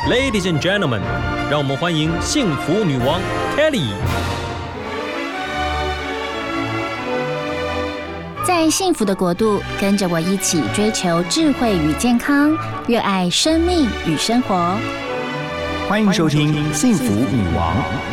Ladies and gentlemen， 让我们欢迎幸福女王 Kelly。 在幸福的国度，跟着我一起追求智慧与健康，热爱生命与生活。 欢迎收听《幸福女王》。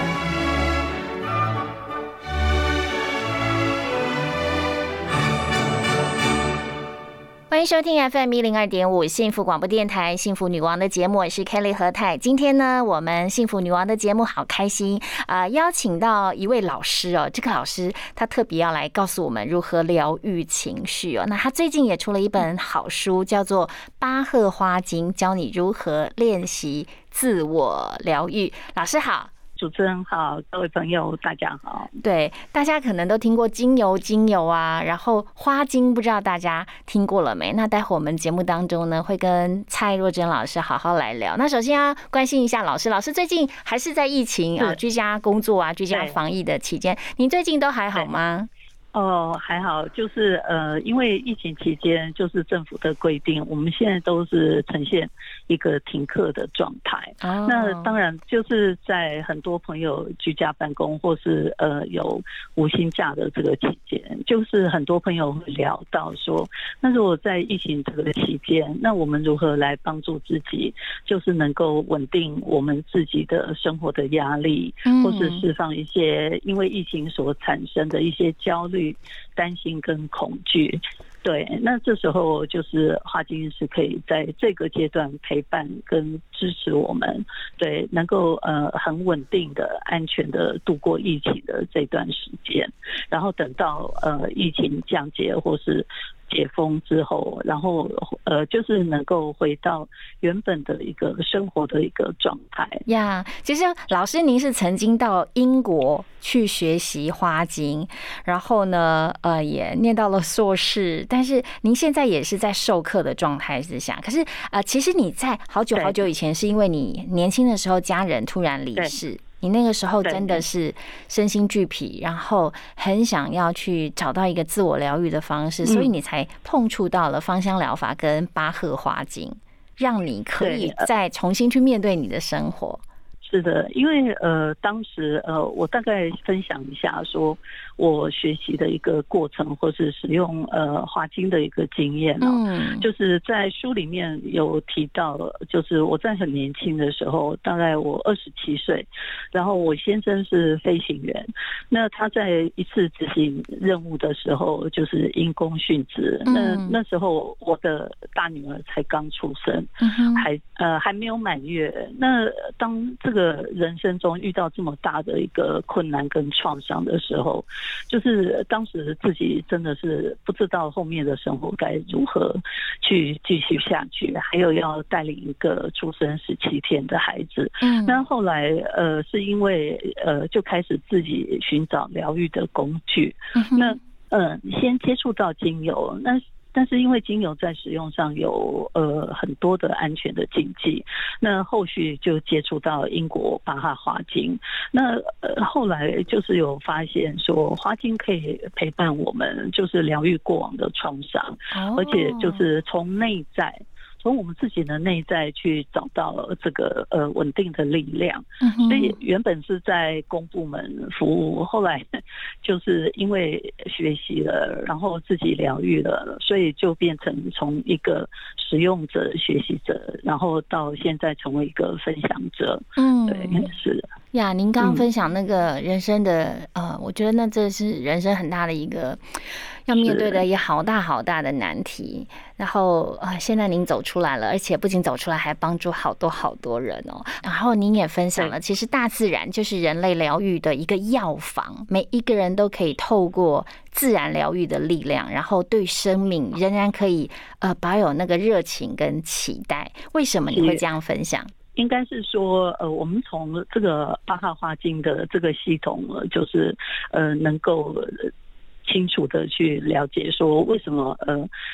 欢迎收听 FM102.5 幸福广播电台幸福女王的节目，我是 Kelly 何太。今天呢，我们幸福女王的节目好开心邀请到一位老师哦。这个老师他特别要来告诉我们如何疗愈情绪哦。那他最近也出了一本好书，叫做《巴赫花精》，教你如何练习自我疗愈。老师好。 主持人好，各位朋友大家好。 对，大家可能都听过精油啊，然后花精不知道大家听过了没？那待会我们节目当中呢，会跟蔡若珍老师好好来聊。那首先要关心一下老师最近还是在疫情居家工作啊、居家防疫的期间，您最近都还好吗？ 还好，就是因为疫情期间，就是政府的规定，我们现在都是呈现一个停课的状态。那当然就是在很多朋友居家办公或是有无薪假的这个期间，就是很多朋友会聊到说，那如果在疫情这个期间，那我们如何来帮助自己，就是能够稳定我们自己的生活的压力，或是释放一些因为疫情所产生的一些焦虑、担心跟恐惧。对，那这时候就是花精是可以在这个阶段陪伴跟支持我们，对，能够很稳定的、安全的度过疫情的这段时间，然后等到疫情降解或是解封之后，然后就是能够回到原本的一个生活的一个状态呀。其实老师您是曾经到英国去学习花精，然后呢也念到了硕士，但是您现在也是在授课的状态之下。可是其实你在好久以前，是因为你年轻的时候家人突然离世。你那个时候真的是身心俱疲，然后很想要去找到一个自我疗愈的方式，所以你才碰触到了芳香疗法跟巴赫花精，让你可以再重新去面对你的生活。 是的，因为当时我大概分享一下说我学习的一个过程，或是使用花精的一个经验就是在书里面有提到，就是我在很年轻的时候，大概我27岁，然后我先生是飞行员，那他在一次执行任务的时候就是因公殉职，那时候我的大女儿才刚出生，还没有满月。那当这个人生中遇到这么大的一个困难跟创伤的时候，就是当时自己真的是不知道后面的生活该如何去继续下去，还有要带领一个出生17天的孩子。那后来是因为就开始自己寻找疗愈的工具。那先接触到精油，但是因为精油在使用上有很多的安全的禁忌，那后续就接触到英国巴哈花精。那后来就是有发现说花精可以陪伴我们，就是疗愈过往的创伤，而且就是从我们自己的内在去找到这个稳定的力量。所以原本是在公部门服务，后来就是因为学习了，然后自己疗愈了，所以就变成从一个使用者、学习者，然后到现在成为一个分享者。对，是呀。您刚刚分享那个人生的我觉得那这是人生很大的一个要面对的也好大的难题。然后现在您走出来了，而且不仅走出来，还帮助好多人哦。然后您也分享了，其实大自然就是人类疗愈的一个药房，每一个人都可以透过自然疗愈的力量，然后对生命仍然可以保有那个热情跟期待。为什么你会这样分享？ 应该是说我们从这个巴哈花精的这个系统就是能够清楚的去了解说为什么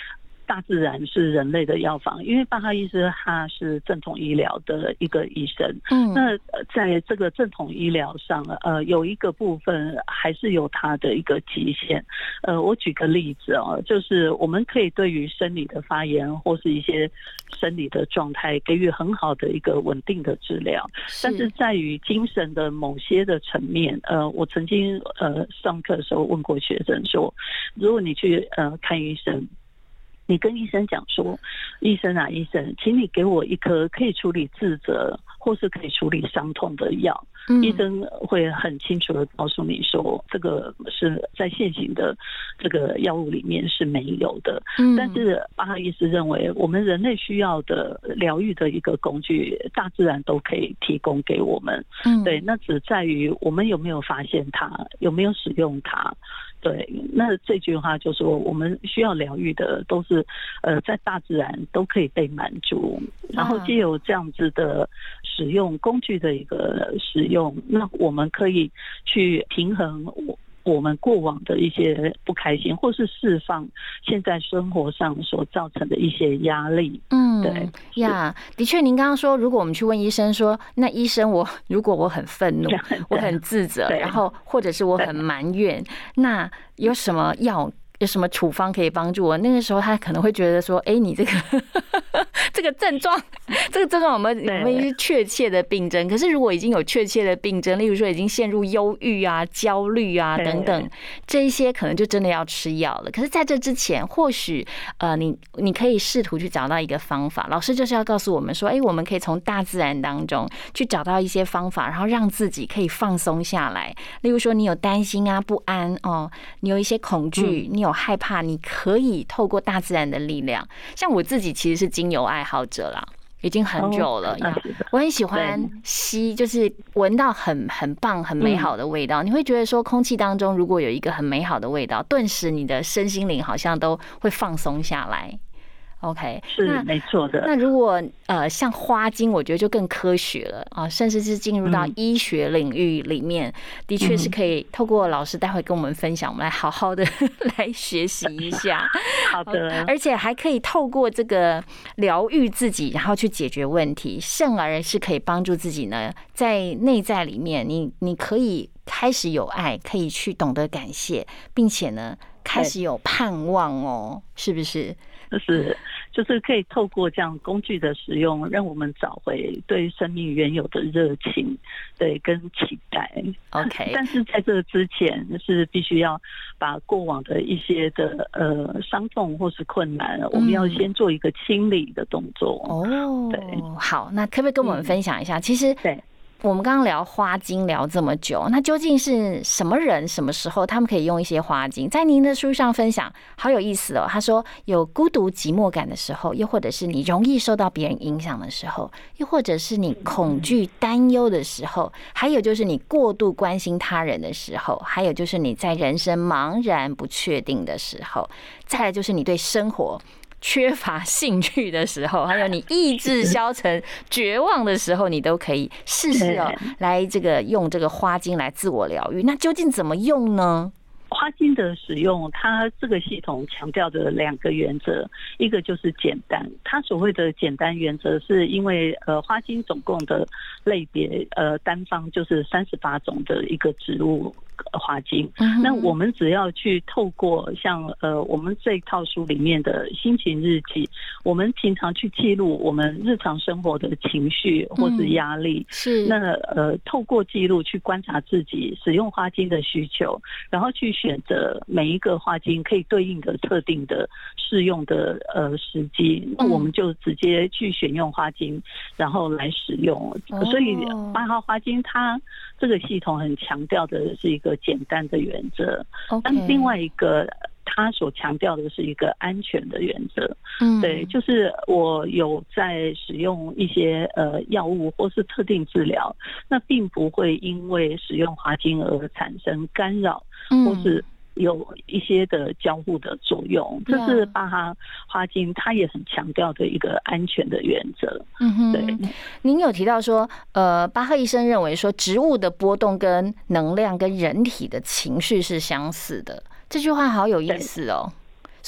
大自然是人类的药房，因为巴哈医师他是正统医疗的一个医生，那在这个正统医疗上，有一个部分还是有它的一个极限。我举个例子哦，就是我们可以对于生理的发炎或是一些生理的状态给予很好的一个稳定的治疗，但是在于精神的某些的层面，我曾经上课的时候问过学生说，如果你去看医生，你跟医生讲说，医生啊，医生，请你给我一颗可以处理自责或是可以处理伤痛的药。医生会很清楚的告诉你说，这个是在现行的这个药物里面是没有的。但是巴哈医师认为，我们人类需要的疗愈的一个工具，大自然都可以提供给我们。对，那只在于我们有没有发现它，有没有使用它。对，那这句话就说，我们需要疗愈的都是在大自然都可以被满足，然后藉由这样子的使用工具的一个使用，那我们可以去平衡我们过往的一些不开心，或是释放现在生活上所造成的一些压力。对呀，的确，您刚刚说，如果我们去问医生说，那医生如果我很愤怒，我很自责，然后或者是我很埋怨，那有什么药？有什么处方可以帮助我？那个时候他可能会觉得说，你这个这个症状有没有确切的病症？可是如果已经有确切的病症，例如说已经陷入忧郁啊、焦虑啊等等，这一些可能就真的要吃药了。可是在这之前，或许你可以试图去找到一个方法。老师就是要告诉我们说，我们可以从大自然当中去找到一些方法，然后让自己可以放松下来。例如说，你有担心啊、不安哦，你有一些恐惧，你有害怕，你可以透过大自然的力量。像我自己其实是精油爱好者啦，已经很久了。我很喜欢吸，就是闻到很棒、很美好的味道。你会觉得说，空气当中如果有一个很美好的味道，顿时你的身心灵好像都会放松下来。OK， 是没错的。 那如果像花精，我觉得就更科学了啊，甚至是进入到医学领域里面，的确是可以透过老师待会跟我们分享，我们来好好的来学习一下。 好的， 而且还可以透过这个疗愈自己，然后去解决问题，甚而是可以帮助自己呢，在内在里面，你可以开始有爱，可以去懂得感谢，并且呢，开始有盼望哦，是不是？ 就是可以透过这样工具的使用，让我们找回对生命原有的热情，对，跟期待。 OK， 但是在这之前是必须要把过往的一些的伤痛或是困难，我们要先做一个清理的动作。对， 好，那可不可以跟我们分享一下？其实对。 我们刚刚聊花精聊这么久，那究竟是什么人、什么时候他们可以用一些花精？在您的书上分享，好有意思哦。他说有孤独寂寞感的时候，又或者是你容易受到别人影响的时候，又或者是你恐惧担忧的时候，还有就是你过度关心他人的时候，还有就是你在人生茫然不确定的时候，再来就是你对生活缺乏兴趣的时候，还有你意志消沉、绝望的时候，你都可以试试来用这个花精来自我疗愈。那究竟怎么用呢？ 花精的使用，它这个系统强调的2个原则，一个就是简单。它所谓的简单原则，是因为花精总共的类别单方就是38种的一个植物花精。那我们只要去透过像我们这一套书里面的心情日记，我们平常去记录我们日常生活的情绪或是压力， 是那透过记录去观察自己使用花精的需求，然后去选择每一个花精可以对应的特定的适用的时机，那我们就直接去选用花精，然后来使用。所以8号花精它这个系统很强调的是一个简单的原则，但另外一个他所强调的是一个安全的原则。对，就是我有在使用一些药物或是特定治疗，那并不会因为使用花精而产生干扰，或是有一些的交互的作用。这是巴哈花精它也很强调的一个安全的原则。对， 您有提到说巴赫医生认为说植物的波动跟能量跟人体的情绪是相似的，这句话好有意思哦。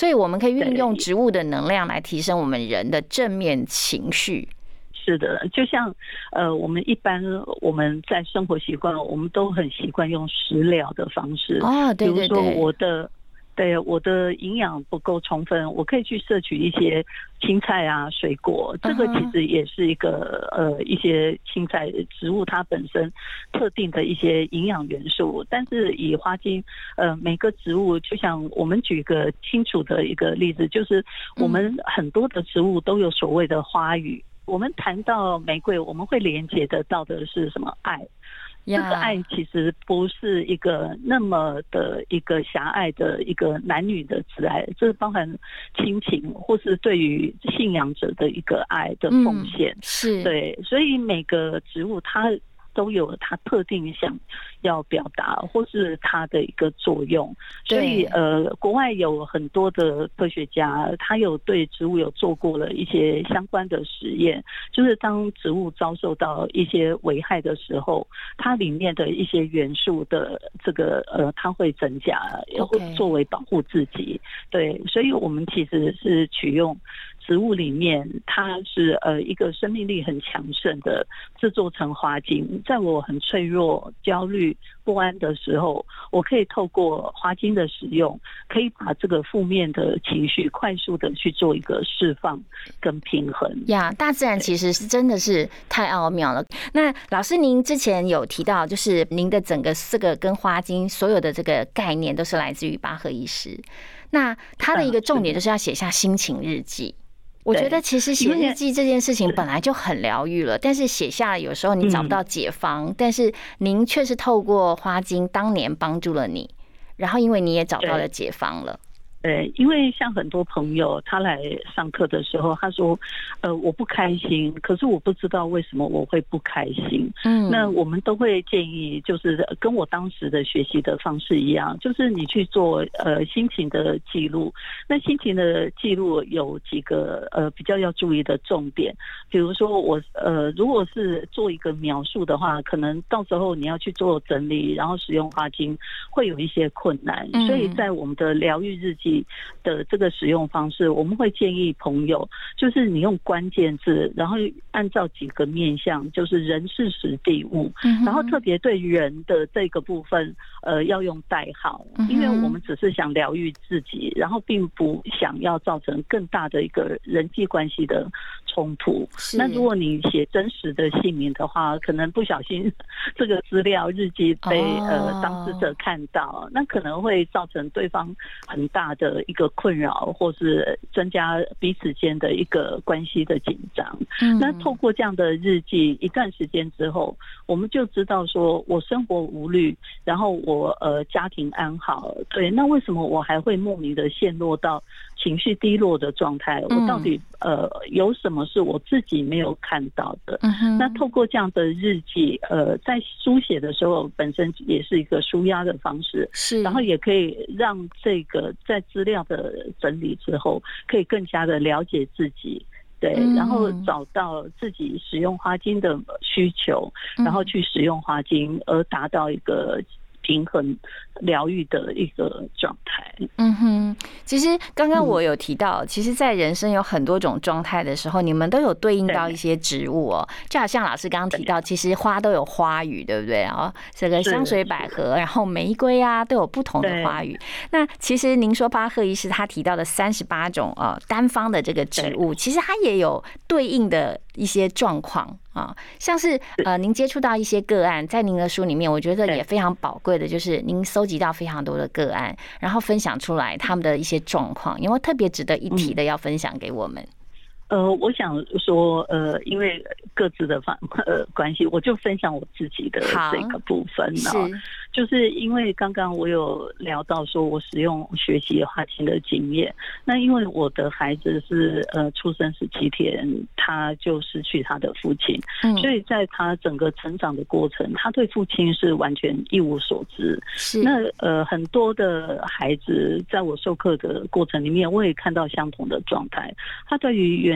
所以我们可以运用植物的能量来提升我们人的正面情绪。 是的，就像我们一般我们在生活习惯，我们都很习惯用食疗的方式。 对对对， 比如说我的营养不够充分，我可以去摄取一些青菜啊、水果，这个其实也是一个一些青菜植物它本身特定的一些营养元素。但是以花精，每个植物，就像我们举个清楚的一个例子，就是我们很多的植物都有所谓的花语。我们谈到玫瑰，我们会连接得到的是什么？爱。这个爱其实不是一个那么的一个狭隘的一个男女的慈爱，这包含亲情或是对于信仰者的一个爱的奉献。 是对，所以每个植物它都有它特定想要表达或是它的一个作用。所以国外有很多的科学家，他有对植物有做过了一些相关的实验，就是当植物遭受到一些危害的时候，它里面的一些元素的这个它会增加，作为保护自己。对，所以我们其实是取用植物里面它是一个生命力很强盛的，制作成花精。在我很脆弱、焦虑、不安的时候，我可以透过花精的使用，可以把这个负面的情绪快速的去做一个释放跟平衡。 大自然其实是真的是太奥妙了。那老师您之前有提到，就是您的整个这个跟花精所有的这个概念都是来自于巴赫医师，那他的一个重点就是要写下心情日记。我觉得其实写日记这件事情本来就很疗愈了，但是写下来有时候你找不到解方，但是您却是透过花精当年帮助了你，然后因为你也找到了解方了。 对，因为像很多朋友他来上课的时候，他说我不开心，可是我不知道为什么我会不开心。那我们都会建议，就是跟我当时的学习的方式一样，就是你去做心情的记录。那心情的记录有几个比较要注意的重点，比如说我如果是做一个描述的话，可能到时候你要去做整理，然后使用花精会有一些困难。所以在我们的疗愈日记的这个使用方式，我们会建议朋友，就是你用关键字，然后按照几个面向，就是人事时地物，然后特别对人的这个部分要用代号，因为我们只是想疗愈自己，然后并不想要造成更大的一个人际关系的冲突。那如果你写真实的姓名的话，可能不小心这个资料日记被当事者看到，那可能会造成对方很大的一个困扰，或是增加彼此间的一个关系的紧张。那透过这样的日记一段时间之后，我们就知道说我生活无虑，然后我家庭安好。对，那为什么我还会莫名的陷落到情绪低落的状态？我到底有什么是我自己没有看到的？那透过这样的日记，在书写的时候本身也是一个抒压的方式，是，然后也可以让这个在资料的整理之后，可以更加的了解自己。对，然后找到自己使用花精的需求，然后去使用花精，而达到一个平衡疗愈的一个状态。 其实刚刚我有提到，其实在人生有很多种状态的时候，你们都有对应到一些植物哦，就好像老师刚刚提到，其实花都有花语，对不对？然后这个香水百合，然后玫瑰啊，都有不同的花语。那其实您说巴赫医师他提到的38种单方的这个植物，其实它也有对应的一些状况啊，像是您接触到一些个案，在您的书里面，我觉得也非常宝贵的，就是您搜集到非常多的个案，然后分享出来他们的一些状况，有没有特别值得一提的要分享给我们？ 我想说，因为各自的关系，我就分享我自己的这个部分就是因为刚刚我有聊到说我使用学习花精的经验，那因为我的孩子是出生17天他就失去他的父亲，所以在他整个成长的过程，他对父亲是完全一无所知。那很多的孩子在我授课的过程里面，我也看到相同的状态，他对于原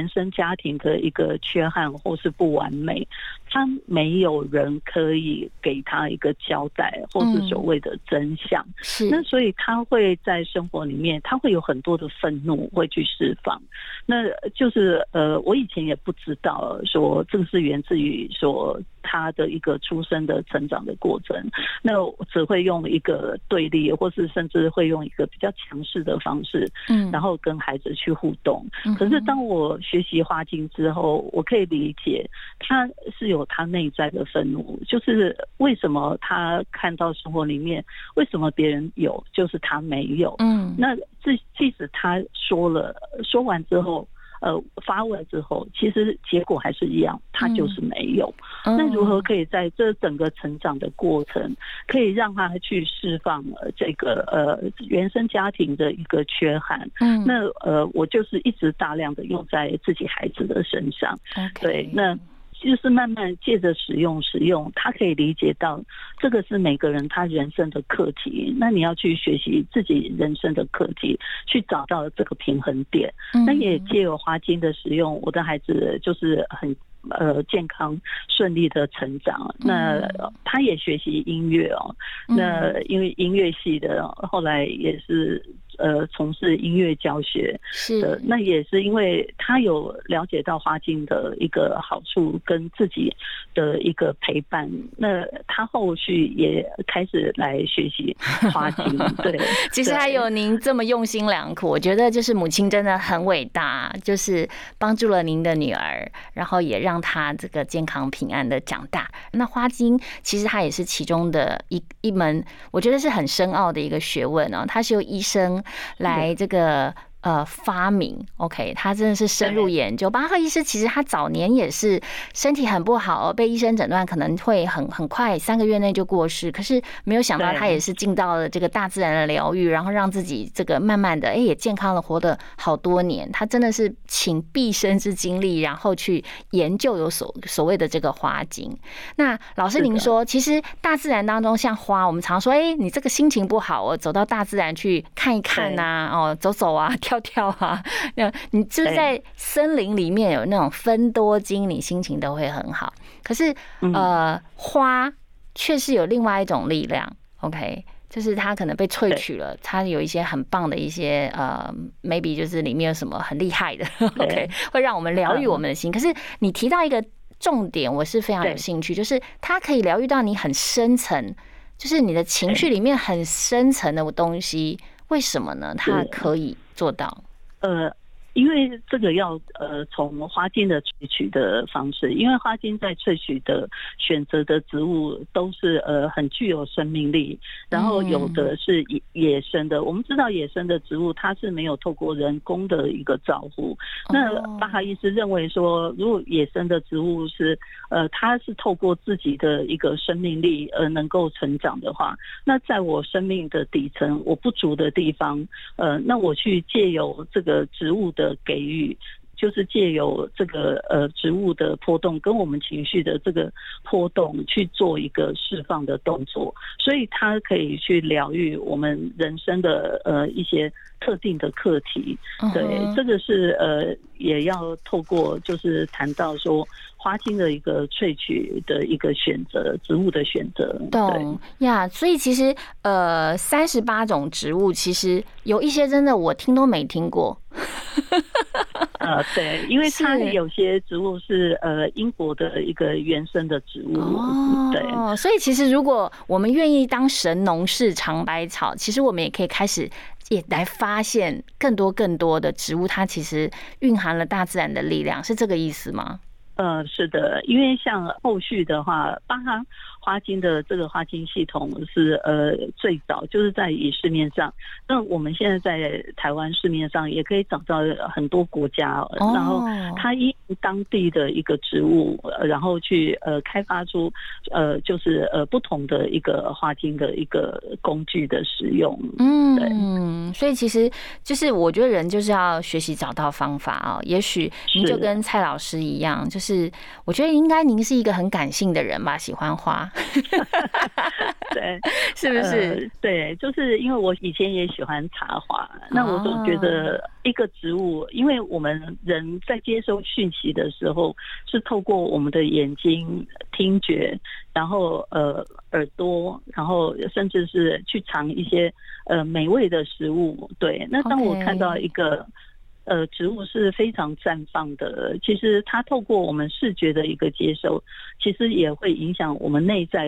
原生家庭的一个缺憾或是不完美，他没有人可以给他一个交代，或是所谓的真相。 是， 那所以他会在生活里面，他会有很多的愤怒会去释放。那就是我以前也不知道说这个是源自于说他的一个出生的成长的过程，那我只会用一个对立，或是甚至会用一个比较强势的方式，然后跟孩子去互动。可是当我学习花精之后，我可以理解他是有他内在的愤怒，就是为什么他看到生活里面，为什么别人有，就是他没有。那即使他说完之后，发问之后，其实结果还是一样，他就是没有。那如何可以在这整个成长的过程，可以让他去释放这个原生家庭的一个缺憾？那我就是一直大量的用在自己孩子的身上。对，那就是慢慢借着使用，他可以理解到这个是每个人他人生的课题。那你要去学习自己人生的课题，去找到这个平衡点。那也借由花精的使用，我的孩子就是很健康顺利的成长。那他也学习音乐那因为音乐系的，后来也是从事音乐教学的。那也是因为他有了解到花精的一个好处跟自己的一个陪伴，那他后续也开始来学习花精。对， 其实还有您这么用心良苦，我觉得就是母亲真的很伟大，就是帮助了您的女儿，然后也让她这个健康平安的长大。那花精其实它也是其中的一门，我觉得是很深奥的一个学问它是由医生来这个发明 ，OK， 他真的是深入研究。巴赫医师其实他早年也是身体很不好，被医生诊断可能会很快3个月内就过世，可是没有想到他也是进到了这个大自然的疗愈，然后让自己这个慢慢的也健康了，活得好多年。他真的是倾毕生之精力，然后去研究有所谓的这个花精。那老师您说，其实大自然当中像花，我们常说，你这个心情不好，我走到大自然去看一看啊，走走啊，跳啊，你就是在森林里面有那种芬多精，你心情都会很好。可是花却是有另外一种力量 ，OK， 就是它可能被萃取了，它有一些很棒的一些maybe 就是里面有什么很厉害的 ，OK， 会让我们疗愈我们的心。可是你提到一个重点，我是非常有兴趣，就是它可以疗愈到你很深层，就是你的情绪里面很深层的东西。为什么呢？它可以做到？ 因为这个要从花精的萃取的方式，因为花精在萃取的选择的植物都是很具有生命力，然后有的是野生的。我们知道野生的植物它是没有透过人工的一个照护。那巴哈医师认为说，如果野生的植物是它是透过自己的一个生命力而能够成长的话，那在我生命的底层我不足的地方，那我去借由这个植物的给予，就是借由这个植物的波动跟我们情绪的这个波动去做一个释放的动作，所以它可以去疗愈我们人生的一些特定的课题。对，这个是也要透过就是谈到说花精的一个萃取的一个选择，植物的选择。 懂呀，所以其实38种植物，其实有一些真的我听都没听过。 对，因为它有些植物是英国的一个原生的植物。对， 所以其实如果我们愿意当神农氏尝百草，其实我们也可以开始也来发现更多的植物，它其实蕴含了大自然的力量，是这个意思吗？ 是的，因为像后续的话，巴哈花精的这个花精系统是最早就是在以市面上，那我们现在在台湾市面上也可以找到很多国家，然后它因当地的一个植物，然后去开发出就是不同的一个花精的一个工具的使用。对， 所以其实就是我觉得人就是要学习找到方法也许你就跟蔡老师一样，就是就是我觉得应该您是一个很感性的人吧，喜欢花。 对， 是不是？ 对，就是因为我以前也喜欢插花，那我总觉得一个植物，因为我们人在接收讯息的时候，是透过我们的眼睛、听觉，然后耳朵，然后甚至是去尝一些美味的食物。对，那当我看到一个植物是非常绽放的，其实它透过我们视觉的一个接收，其实也会影响我们内在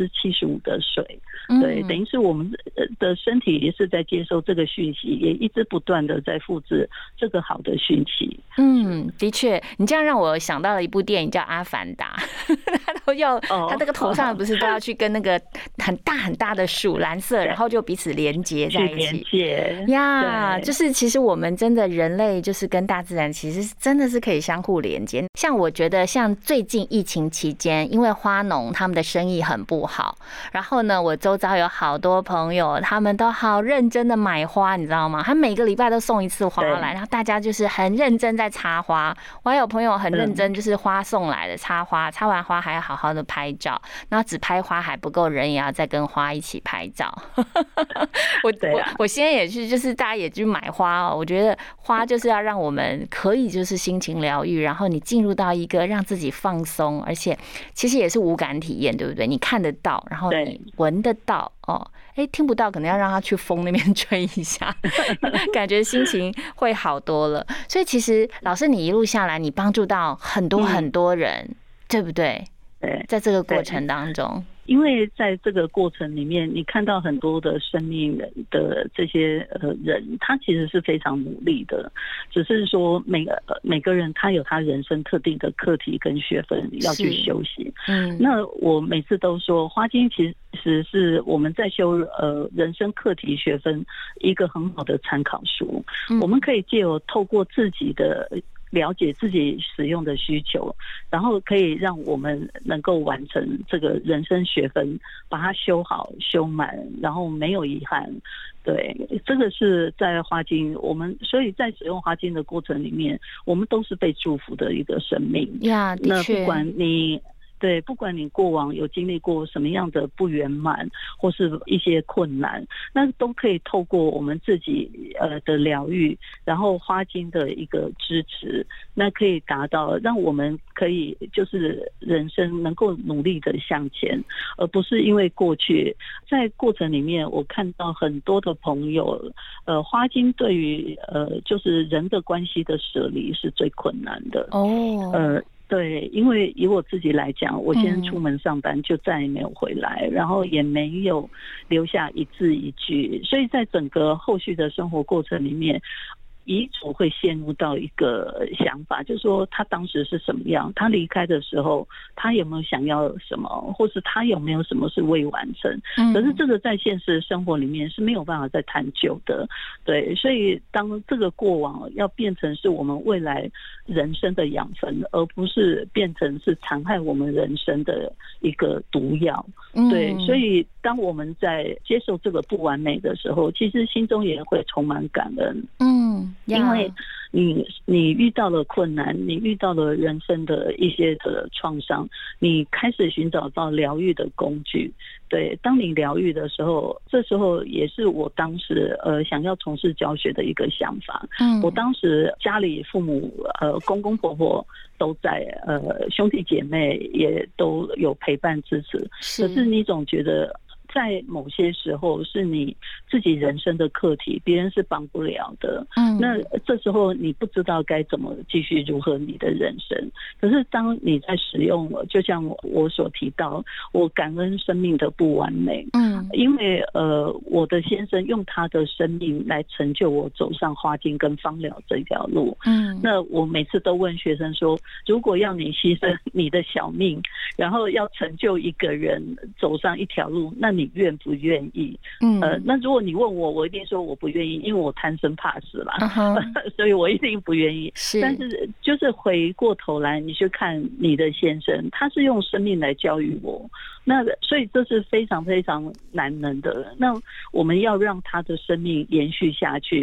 75%的水。对，等于是我们的身体也是在接收这个讯息，也一直不断的在复制这个好的讯息。 的确，你这样让我想到了一部电影叫《阿凡达》，他都要他这个头上不是都要去跟那个很大很大的树，蓝色，然后就彼此连接在一起。 连接呀，就是其实我们真的人类就是跟大自然其实真的是可以相互连接。像我觉得像最近疫情期间，因为花农他们的生意很不好，然后呢我周遭有好多朋友他们都好认真的买花，你知道吗？他每个礼拜都送一次花来，然后大家就是很认真在插花。我还有朋友很认真，就是花送来的插花，插完花还要好好的拍照，然后只拍花还不够，人也要再跟花一起拍照。我现在也去，就是大家也去买花哦。我觉得花就是要让我们可以就是心情疗愈，然后你进入到一个让自己放松，而且其实也是无感体验，对不对？你看得到，然后你闻得到哦。听不到可能要让他去风那边吹一下，感觉心情会好多了。所以其实老师你一路下来，你帮助到很多很多人，对不对？ 对， 在这个过程当中。 因为在这个过程里面，你看到很多的生命的这些人，他其实是非常努力的，只是说每个人他有他人生特定的课题跟学分要去修习。那我每次都说，花精其实是我们在修人生课题学分一个很好的参考书。我们可以借由透过自己的了解自己使用的需求，然后可以让我们能够完成这个人生学分，把它修好修满，然后没有遗憾。对，这个是在花精，所以在使用花精的过程里面，我们都是被祝福的一个生命。 呀，的确， 不管你过往有经历过什么样的不圆满，或是一些困难，那都可以透过我们自己的疗愈，然后花精的一个支持，那可以达到让我们可以就是人生能够努力的向前，而不是因为过去在过程里面，我看到很多的朋友，花精对于就是人的关系的舍离是最困难的。对，因为以我自己来讲，我先出门上班就再也没有回来，然后也没有留下一字一句，所以在整个后续的生活过程里面，遗嘱会陷入到一个想法，就是说他当时是什么样，他离开的时候他有没有想要什么，或是他有没有什么是未完成。可是这个在现实生活里面是没有办法再探究的。对，所以当这个过往要变成是我们未来人生的养分，而不是变成是残害我们人生的一个毒药。对，所以当我们在接受这个不完美的时候，其实心中也会充满感恩。因为你遇到了困难，你遇到了人生的一些的创伤，你开始寻找到疗愈的工具。对，当你疗愈的时候，这时候也是我当时想要从事教学的一个想法。我当时家里父母公公婆婆都在，兄弟姐妹也都有陪伴支持，可是你总觉得在某些时候是你自己人生的课题，别人是帮不了的。那这时候你不知道该怎么继续如何你的人生。可是当你在使用，就像我所提到，我感恩生命的不完美。因为我的先生用他的生命来成就我走上花精跟芳疗这条路。那我每次都问学生说，如果要你牺牲你的小命，然后要成就一个人走上一条路，那你愿不愿意？那如果你问我，我一定说我不愿意，因为我贪生怕死啦。所以我一定不愿意。但是就是回过头来，你去看你的先生，他是用生命来教育我，那所以这是非常非常难能的。那我们要让他的生命延续下去，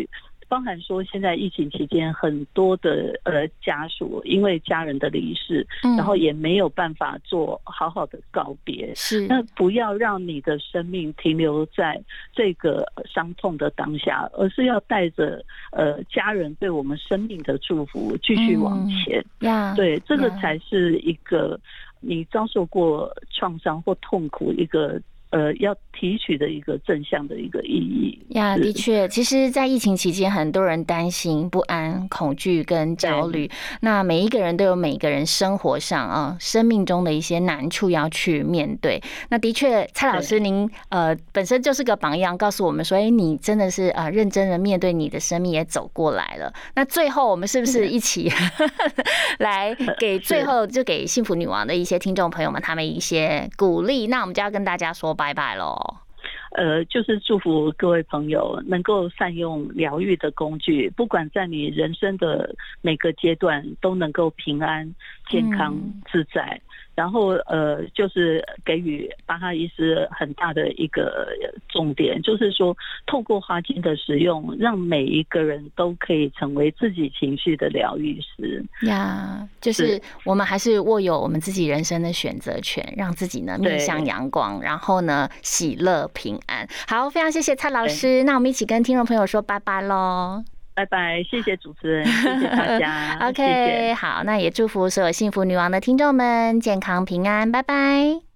包含说现在疫情期间很多的家属因为家人的离世，然后也没有办法做好好的告别， 是那不要让你的生命停留在这个伤痛的当下，而是要带着家人对我们生命的祝福继续往前。对，这个才是一个你遭受过创伤或痛苦一个要提取的一个正向的一个意义呀。的确，其实在疫情期间很多人担心不安恐惧跟焦虑，那每一个人都有每一个人生活上生命中的一些难处要去面对。那的确蔡老师您本身就是个榜样，告诉我们说你真的是认真的面对你的生命也走过来了。那最后我们是不是一起来给最后就给幸福女王的一些听众朋友们他们一些鼓励？那我们就要跟大家说拜拜咯。 就是祝福各位朋友能够善用疗愈的工具，不管在你人生的每个阶段都能够平安、健康、自在。然后就是给予巴哈医师很大的一个重点，就是说透过花精的使用，让每一个人都可以成为自己情绪的疗愈师呀。就是我们还是握有我们自己人生的选择权，让自己呢面向阳光，然后呢喜乐平安。好，非常谢谢蔡老师，那我们一起跟听众朋友说拜拜咯。 拜拜，谢谢主持人，谢谢大家。 OK， 好，那也祝福所有幸福女王的听众们健康平安，拜拜。